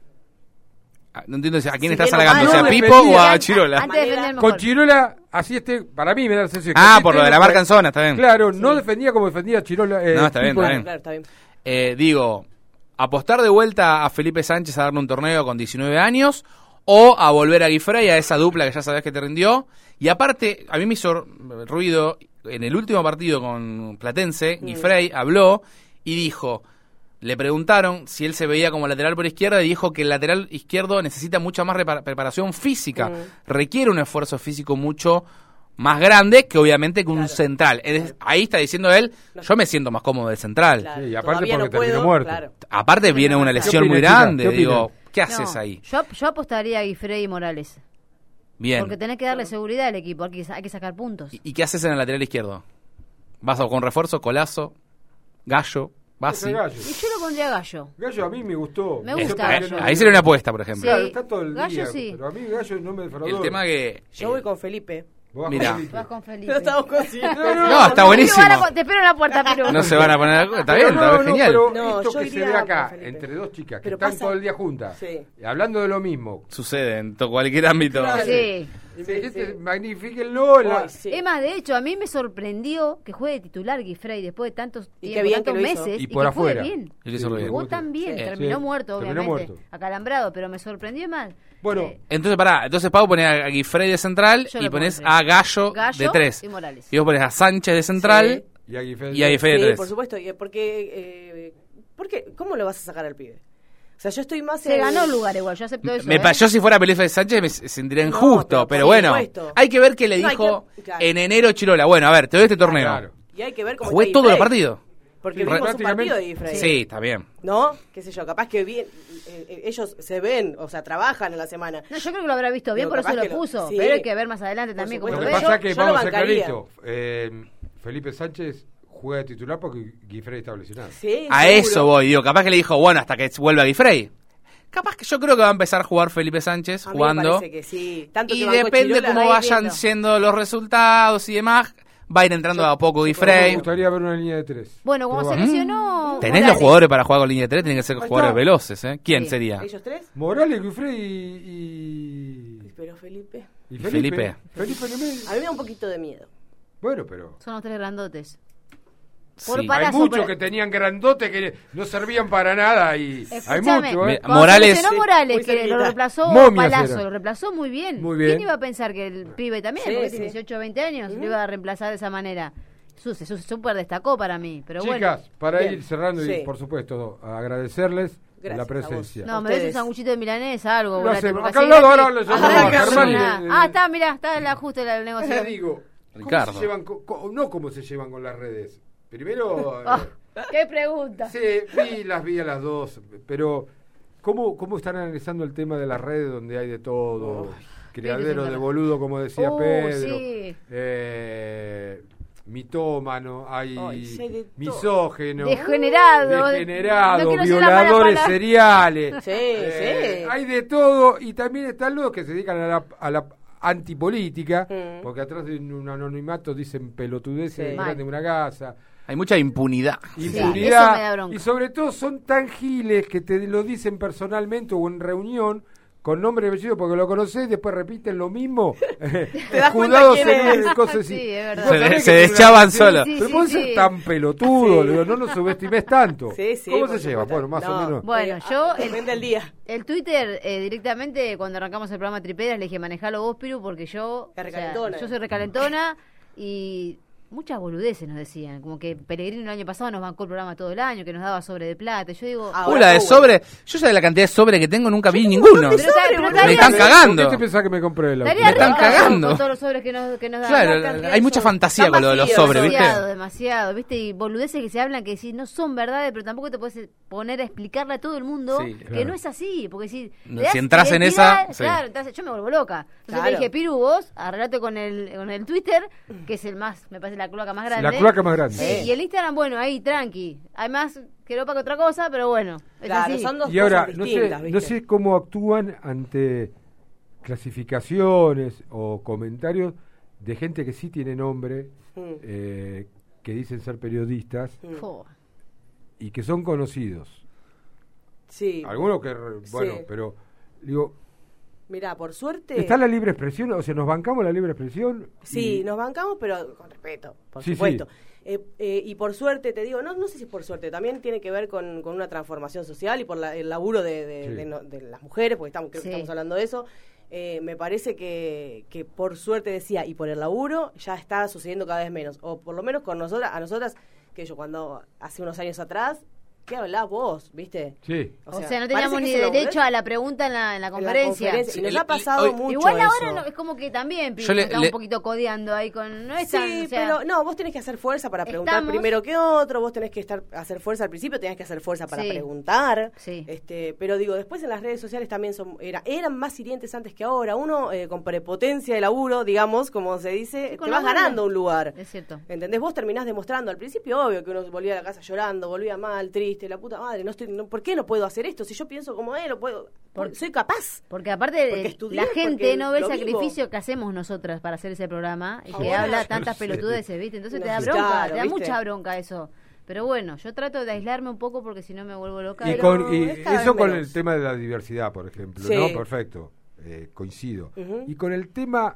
Ah, No entiendo si- a quién Si estás bien o halagando, mal, ¿a no Pipo defendía. o a An- Chirola? an- Antes de defender Con mejor. Chirola, así este, para mí me da la sensación. Ah, Así por lo este- de la marca en zona, está bien. Claro, no Sí. defendía como defendía Chirola. eh, No, está bien, Pipo. está bien. Claro, está bien. Eh, digo, apostar de vuelta a Felipe Sánchez a darle un torneo con diecinueve años o a volver a Guifrey, a esa dupla que ya sabés que te rindió. Y aparte, a mí me hizo ruido, en el último partido con Platense, Mm. Guifrey habló y dijo, le preguntaron si él se veía como lateral por izquierda y dijo que el lateral izquierdo necesita mucha más repara- preparación física, Mm. requiere un esfuerzo físico mucho más grande que obviamente que un Claro. central. Es- ahí está diciendo él, yo me siento más cómodo de central. Claro, Sí, y aparte todavía porque no terminó puedo, muerto. claro. Aparte viene una lesión opina, muy chica? grande, ¿Qué opina? digo, ¿qué No, haces ahí? Yo, yo apostaría a Guifrey y Morales. Bien. Porque tenés que darle seguridad al equipo, hay que, hay que sacar puntos. ¿Y, y qué haces en el lateral izquierdo? ¿Vas a- con refuerzo, Colazo, Gallo, Bassi? Ese Gallo. Y yo lo pondría a Gallo. Gallo a mí me gustó. Me No sé gusta por qué Gallo. no- Ahí sería una apuesta, por ejemplo. Claro, Sí. está todo el Gallo día. sí. Pero a mí Gallo no me defraudó. El tema que... Yo eh, voy con Felipe. Vos vas Mirá. con Felipe. Vas con Felipe. No estamos con sí. No, está buenísimo. Te, van a- te espero en la puerta, pero... No se van a poner... Está Pero bien, está no, bien, no, genial. pero No, esto yo que se iría ve con acá, Felipe. entre dos chicas que Pero están pasa- todo el día juntas, Sí. hablando de lo mismo. Sucede en to- cualquier ámbito. Claro. Sí. Sí, Sí, este, sí. Magnifíquenlo. en la- Ay, sí. Es más, de hecho, a mí me sorprendió que juegue titular Guifrey después de tantos, Y qué tiempo, bien tantos que lo hizo. meses Y y, por que juegue afuera. bien. Y lo hizo re bien. Jugó tan bien, Sí. terminó Sí, muerto, terminó obviamente, muerto. acalambrado, pero me sorprendió mal. Bueno, Eh, Entonces, pará, entonces Pau pone a Guifrey de central Yo y lo pones pongo, a sí. Gallo, Gallo de tres. y Morales. Y vos pones a Sánchez de central y a Guifrey. y a Guifrey de Sí, tres. por supuesto. y- Porque, eh, ¿por qué? ¿Cómo lo vas a sacar al pibe? O sea, yo estoy más... Se en- ganó el lugar igual, yo acepto eso. Me, ¿eh? pa- yo si fuera Felipe Sánchez me s- sentiría No, injusto, pero pero, por bueno, supuesto. hay que ver qué le No, hay dijo que- claro. en enero Chirola. Bueno, a ver, te doy este torneo. Claro. Y hay que ver cómo Jugué está todos los Guifrey. partidos. Porque Sí, vimos un prácticamente- partido de Guifrey. Sí, está bien. ¿No? Qué sé yo, capaz que bien, eh, eh, ellos se ven, o sea, trabajan en la semana. No, yo creo que lo habrá visto bien, Digo, por eso capaz lo que lo- puso. sí. Pero hay que ver más adelante Por también Lo cómo supuesto. que se pasa ve. es que yo lo vamos a ser bancaría. claritos. Eh, Felipe Sánchez juega de titular porque Guifrey está lesionado. Sí, A seguro. eso voy, digo, capaz que le dijo, bueno, hasta que vuelva Guifrey. Capaz que yo creo que va a empezar a jugar Felipe Sánchez A mí me jugando. parece que sí. Tanto Y que bancó depende Chirola, cómo ahí vayan viendo. siendo los resultados y demás, va a ir entrando a poco Me Guifrey. gustaría ver una línea de tres. Bueno, cuando se Probable. lesionó... Tenés Morales. los jugadores para jugar con línea de tres, tienen que ser Ahí jugadores está. veloces, ¿eh? ¿Quién Sí. sería? ¿Ellos tres? Morales, Guifrey y, Pero Felipe. y, y Felipe. Felipe. Felipe en el medio. A mí me da un poquito de miedo. Bueno, pero Son los tres grandotes. Por Sí. para- hay Palazo, muchos pero- que tenían grandote que no servían para nada y hay Escúchame, muchos, ¿eh? Me- cuando Morales- se lesionó Sí, Morales, muy que lo cerquita. reemplazó Momias Palazzo, era. lo reemplazó muy bien. Muy bien. ¿Quién iba a pensar que el pibe también, Sí, porque sí. tiene dieciocho o veinte años, lo iba a reemplazar de esa manera? Su- Se su- súper destacó para mí, pero Chicas, bueno. para Bien. ir cerrando y Sí. por supuesto agradecerles Gracias la a presencia. No, me Ustedes. des un sanguchito de milanesa, algo. Lo volate, hacemos. porque Acá así al lado, gratis- ahora le Ah, llamamos a gratis, Germán y nada. le- Ah, está, mirá, está el ajuste del Te negocio. digo, ¿cómo Ricardo. se llevan co- co- no cómo se llevan con las redes. Primero, eh, Ah, ¿Qué pregunta? sí, vi, las vi a las dos, pero ¿cómo, cómo están analizando el tema de las redes donde hay de todo? Criadero sí, de sí. boludo, como decía Uh, Pedro. sí. Eh, mitómano, hay Ay, sí, hay de todo. misógeno, Degenerado. degenerado, No quiero decir la mala violadores palabra. seriales. Sí, Eh, sí. Hay de todo y también están los que se dedican a la, a la antipolítica, Mm. porque atrás de un anonimato dicen pelotudeces Sí. delante de una casa, Hay mucha impunidad. eso me da impunidad, bronca. y sobre todo son tan giles que te lo dicen personalmente o en reunión con nombre y apellido porque lo conocés, después repiten lo mismo. Te das cuenta Escudados quién en es. cosas así. Sí, es verdad. Vos Se- sabés que se tiene una deschaban relación, solos. Sí, Pero sí, puede sí. ser tan pelotudo, Sí. le digo, no nos subestimes tanto. Sí, sí, ¿Cómo por se lleva? supuesto. Bueno, más No. o menos. Bueno, Eh, yo, ah, el- depende del día. El Twitter, eh, directamente, cuando arrancamos el programa Triperas, le dije, manejalo vos, Piru, porque yo... Es o sea, recalentona. yo soy recalentona y muchas boludeces nos decían. Como que Pellegrino el año pasado nos bancó el programa todo el año, que nos daba sobre de plata. Y yo digo... Ah, Uh, Ahora, la de oh, sobre. Yo ya de la cantidad de sobre que tengo nunca vi ninguno. Pero está- pero Me estaría- están cagando. ¿Por qué te pensás que me compré el auto? Estaría me están rica yo cagando. con todos los sobres que nos, que nos dan. Claro, la cantidad hay de mucha sobre. fantasía Están con lo de los vacíos, sobres, ¿viste? Demasiado, demasiado, ¿viste? Y boludeces que se hablan que sí, no son verdades, pero tampoco te puedes poner a explicarle a todo el mundo Sí, que claro. no es así. Porque si, No, le das si entras en identidad, esa, sí. claro, entonces yo me vuelvo loca. Entonces Claro. le dije, Piru, vos, arreglate con el, con el Twitter, que es el más, me parece la cloaca más grande. La cloaca más grande. Sí, y el Instagram, bueno, ahí, tranqui. Hay más que ropa que otra cosa, pero bueno, es Claro, así. son dos Y ahora, cosas no sé, distintas, no ¿viste? sé cómo actúan ante clasificaciones o comentarios de gente que sí tiene nombre, Mm. eh, que dicen ser periodistas Mm. Jo. y que son conocidos. Sí. Algunos que, bueno, Sí. pero digo, Mirá, por suerte... ¿está la libre expresión? O sea, ¿nos bancamos la libre expresión? Sí, Y- nos bancamos, pero con respeto, por Sí, supuesto. Eh, eh, y por suerte, te digo, no no sé si es por suerte, también tiene que ver con, con una transformación social y por la- el laburo de, de- Sí. de no- de las mujeres, porque estamos, creo Sí. que estamos hablando de eso. Eh, me parece que, que por suerte decía, y por el laburo, ya está sucediendo cada vez menos. O por lo menos con nosotras, a nosotras, que yo cuando hace unos años atrás, ¿qué hablás vos, viste? Sí. O sea, no parece teníamos que ni es una derecho boludez a la pregunta en la, en la en la conferencia. conferencia. Y nos Sí, ha el- pasado hoy- mucho Igual ahora eso. no, es como que también Yo le- estamos le- un poquito codeando ahí con... No es tan, Sí, o sea, pero no, vos tenés que hacer fuerza para preguntar Estamos- primero que otro, vos tenés que estar hacer fuerza al principio, tenés que hacer fuerza para Sí. preguntar. Sí. Este, pero digo, después en las redes sociales también son era, eran más hirientes antes que ahora. Uno eh, con prepotencia de laburo, digamos, como se dice, Sí, con te vas laburo. ganando un lugar. Es cierto. ¿Entendés? Vos terminás demostrando al principio, obvio, que uno volvía a la casa llorando, volvía mal, triste, la puta madre, no estoy, no, ¿por qué no puedo hacer esto? Si yo pienso como él, lo puedo, Por- soy capaz. Porque aparte Porque eh, estudié, la gente porque no ve el lo vivo. sacrificio que hacemos nosotras para hacer ese programa y Ah, que bueno, habla yo tantas sé. pelotudeces, ¿viste? Entonces te No, da sí, bronca, claro, te da ¿viste? mucha bronca eso. Pero bueno, yo trato de aislarme un poco porque si no me vuelvo loca. Y, Pero con, y es cada eso vez con menos. el tema de la diversidad, por ejemplo, Sí. ¿no? Perfecto, eh, coincido. Ujú. Y con el tema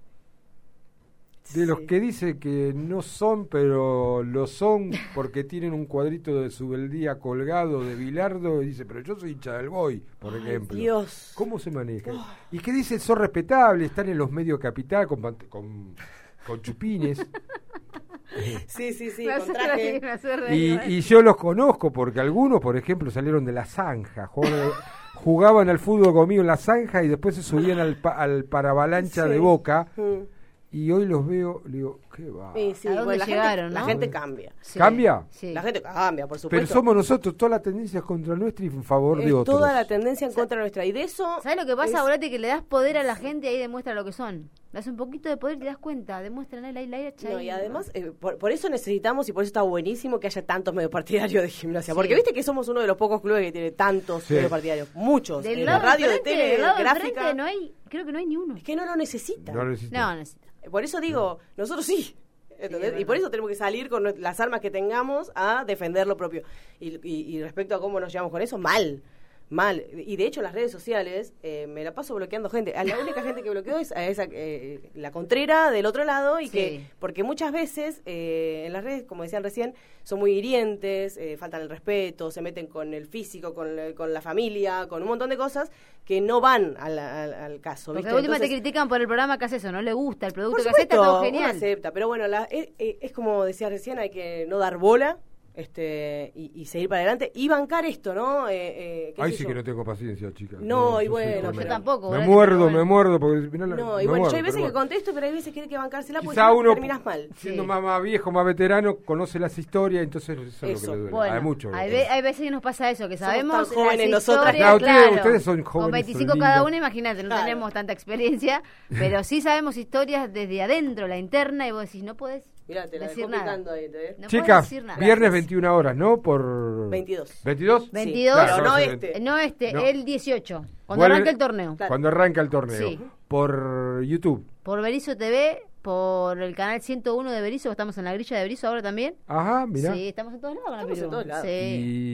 de los Sí. que dice que no son, pero lo son porque tienen un cuadrito de Subeldía colgado de Bilardo y dice, pero yo soy hincha del Boy, por Ay, ejemplo. Dios. ¿Cómo se maneja? Y que dice, son respetables, están en los medios capital con, pant- con, con chupines. Sí, sí, sí, Me con hace traje. reír, me hace reír, Y, ¿eh? y yo los conozco porque algunos, por ejemplo, salieron de la zanja, jugaban, jugaban al fútbol conmigo en la zanja y después se subían al, pa- al paravalancha Sí. de Boca Mm. y hoy los veo, le digo, ¿qué va? Sí, sí, ¿A dónde bueno, la llegaron, gente, la no? gente cambia. Sí, ¿Cambia? Sí. La gente cambia, por Pero supuesto. somos nosotros, toda la tendencia es contra nuestra y en favor es de otros. toda la tendencia en contra nuestra. Y de eso. ¿Sabes lo que pasa, es- Borati? Que le das poder a la gente y ahí demuestra lo que son. Le das un poquito de poder y te das cuenta. Demuestran ahí, ahí, ahí, No, y además, eh, por, por eso necesitamos y por eso está buenísimo que haya tantos medios partidarios de gimnasia. Sí. Porque viste que somos uno de los pocos clubes que tiene tantos Sí. medios partidarios. Muchos. Del En lado radio, de enfrente, tele, del lado gráfica. enfrente no hay, creo que no hay ni uno. Es que no lo necesitan. No necesito. No, necesita. Por eso digo, nosotros sí. ¿Entendés? Sí, y por verdad. eso tenemos que salir con nue- las armas que tengamos a defender lo propio. Y, y- y respecto a cómo nos llevamos con eso, mal. Mal. Y de hecho, las redes sociales, eh, me la paso bloqueando gente. A la única gente que bloqueo es a esa, eh, la contrera del otro lado. y Sí. que Porque muchas veces eh, en las redes, como decían recién, son muy hirientes, eh, faltan el respeto, se meten con el físico, con, la- con la familia, con un montón de cosas que no van al, al- al caso. Porque ¿viste? de última Entonces, te critican por el programa que hace eso, no le gusta el producto por que hace, está supuesto, todo uno genial. acepta, pero bueno, la- es, es- es como decía recién, hay que no dar bola este y, y seguir para adelante y bancar esto, ¿no? Eh, eh, qué Ay, sé sí yo. que no tengo paciencia, chicas. No, y yo soy bueno, tremendo. yo tampoco, Me ¿verdad? muerdo, Pero bueno. me muerdo. Porque, mirá la- No, me y bueno, muerdo, yo hay veces pero que bueno. contesto, pero hay veces que hay que bancársela porque Quizá si no uno, terminás mal. siendo Sí. más, más viejo, más veterano, conoce las historias, entonces eso, es lo Eso. que le duele. Bueno, Hay mucho. hay, ve- hay veces que nos pasa eso, que Somos sabemos tan jóvenes las nosotras. historias, Claro, ustedes- claro. ustedes son Con jóvenes, veinticinco son cada lindas. uno, imagínate, no Claro. tenemos tanta experiencia, pero sí sabemos historias desde adentro, la interna, y vos decís, no podés Mirá, te la decir dejó nada. picando ahí, ¿te ves? No podés Chicas, decir nada. viernes veintiuna horas, ¿no? Por... veintidós. ¿veintidós? veintidós, Sí, Claro, pero no va a ser este. Eh, No este, No. el dieciocho, cuando Vuelve- arranque el torneo. Claro. Cuando arranca el torneo. Sí. Por YouTube. Por Berizo T V, por el canal ciento uno de Berizo, estamos en la grilla de Berizo ahora también. Ajá, mirá. Sí, estamos en todos lados. con la Estamos en Piru. todos lados. Sí.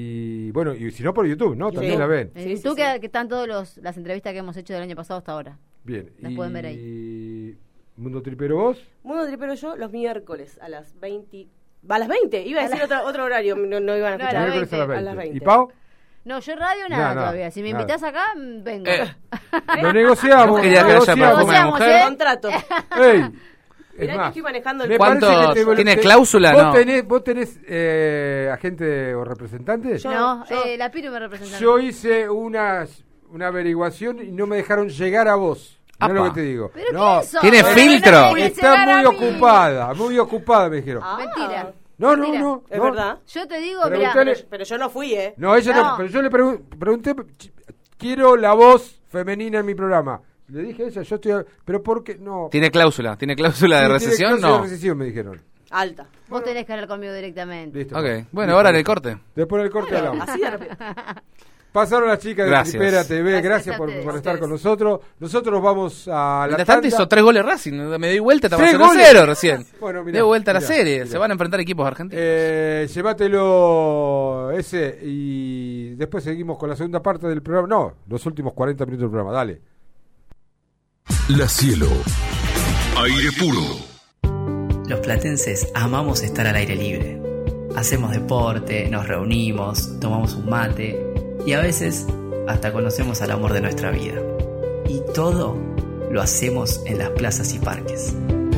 Y bueno, y si no por YouTube, ¿no? También Sí. la ven. En Sí, sí, YouTube sí. Que, que están todas las entrevistas que hemos hecho del año pasado hasta ahora. Bien. Las y pueden ver ahí. Mundo Tripero vos. Mundo Tripero yo los miércoles a las veinte. Va a las veinte, iba a decir otro, otro horario, no, no iban a No, escuchar. a las Miércoles a las veinte. veinte. A las veinte. ¿Y Pau? No, yo radio nada, Nada, nada, todavía. Si me nada. invitás acá, mm, vengo. Eh, Lo negociamos. Yo quería que haya negociamos. perfume de Negociamos, mujer. ¿eh? Contrato. Ey, es Mirá que más, estoy manejando el me ¿Cuánto? parece que te- ¿Tiene te- cláusula? ¿Vos No. tenés, vos tenés eh, agente o representante? Yo- no, yo- eh, la Piru me representa. Yo hice unas, una averiguación y no me dejaron llegar a vos. Mirá Apa. lo que te digo. ¿Pero no, qué sos? Tiene Pero filtro. no me querés está llegar a muy mí. ocupada, muy ocupada, me dijeron. Ah, Mentira. no, no, mentira. no. Es no. verdad. Yo te digo, mira, Preguntale- Pero, pero yo no fui, ¿eh? No, ella no, No. pero yo le pregun- pregunté, ch- quiero la voz femenina en mi programa. Le dije a ella, yo estoy, a- pero ¿por qué? No. ¿Tiene cláusula? ¿Tiene cláusula de Sí, tiene recesión? cláusula No. de recesión, me dijeron. Alta. Vos tenés que hablar conmigo directamente. Listo. Ok, Listo. bueno, ahora en el corte. Después del corte Bueno, hablamos. así de repente. Pasaron las chicas de Gracias. Tripera T V, Gracias gracias a por, ustedes. por A estar ustedes. con nosotros. Nosotros vamos a la Mientras tanto tanda. hizo tres goles Racing, me di vuelta, estamos ¡Tres cero a goles! cero recién. Bueno, mirá, de vuelta a la mirá, serie, mirá. se van a enfrentar equipos argentinos. Eh, llévatelo ese y después seguimos con la segunda parte del programa. No, los últimos cuarenta minutos del programa, dale. La Cielo. Aire puro. Los platenses amamos estar al aire libre. Hacemos deporte, nos reunimos, tomamos un mate y a veces hasta conocemos al amor de nuestra vida. Y todo lo hacemos en las plazas y parques.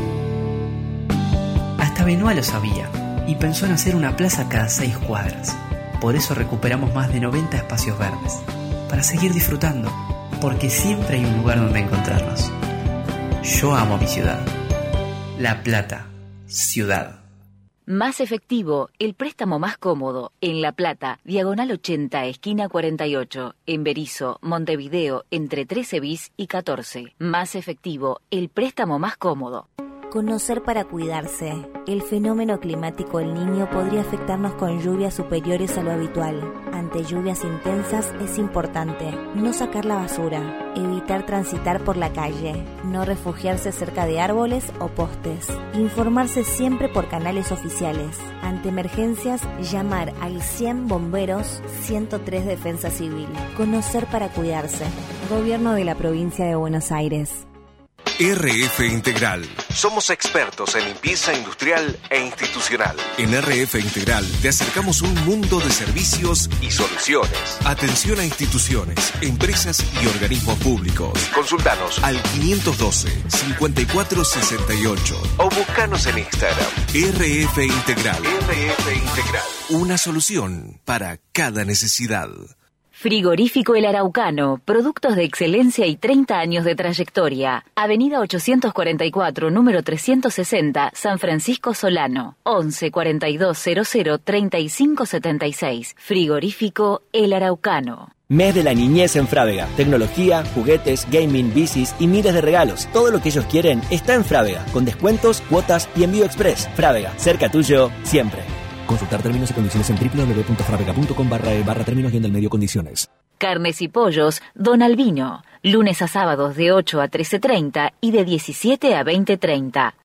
Hasta Benoît lo sabía y pensó en hacer una plaza cada seis cuadras. Por eso recuperamos más de noventa espacios verdes, para seguir disfrutando, porque siempre hay un lugar donde encontrarnos. Yo amo mi ciudad. La Plata, ciudad. Más efectivo, el préstamo más cómodo, en La Plata, diagonal ochenta, esquina cuarenta y ocho, en Berisso, Montevideo, entre trece bis y catorce. Más efectivo, el préstamo más cómodo. Conocer para cuidarse. El fenómeno climático El Niño podría afectarnos con lluvias superiores a lo habitual. Ante lluvias intensas es importante no sacar la basura, evitar transitar por la calle, no refugiarse cerca de árboles o postes, informarse siempre por canales oficiales. Ante emergencias, llamar al cien bomberos, ciento tres Defensa Civil. Conocer para cuidarse. Gobierno de la Provincia de Buenos Aires. R F Integral. Somos expertos en limpieza industrial e institucional En R F Integral te acercamos un mundo de servicios y soluciones. Atención a instituciones, empresas y organismos públicos. Consultanos Al quinientos doce, cincuenta y cuatro sesenta y ocho. o buscanos en Instagram. R F Integral. R F Integral. Una solución para cada necesidad. Frigorífico El Araucano, productos de excelencia y treinta años de trayectoria. Avenida ochocientos cuarenta y cuatro, número trescientos sesenta, San Francisco Solano. once cuarenta y dos cero cero treinta y cinco setenta y seis. Frigorífico El Araucano. Mes de la niñez en Frávega. Tecnología, juguetes, gaming, bicis y miles de regalos. Todo lo que ellos quieren está en Frávega, con descuentos, cuotas y envío express. Frávega, cerca tuyo, siempre. Consultar términos y condiciones en doble u doble u doble u punto fravega punto com barra e barra términos y en del medio condiciones. Carnes y pollos Don Albino. Lunes a sábados de ocho a trece treinta y de diecisiete a veinte treinta.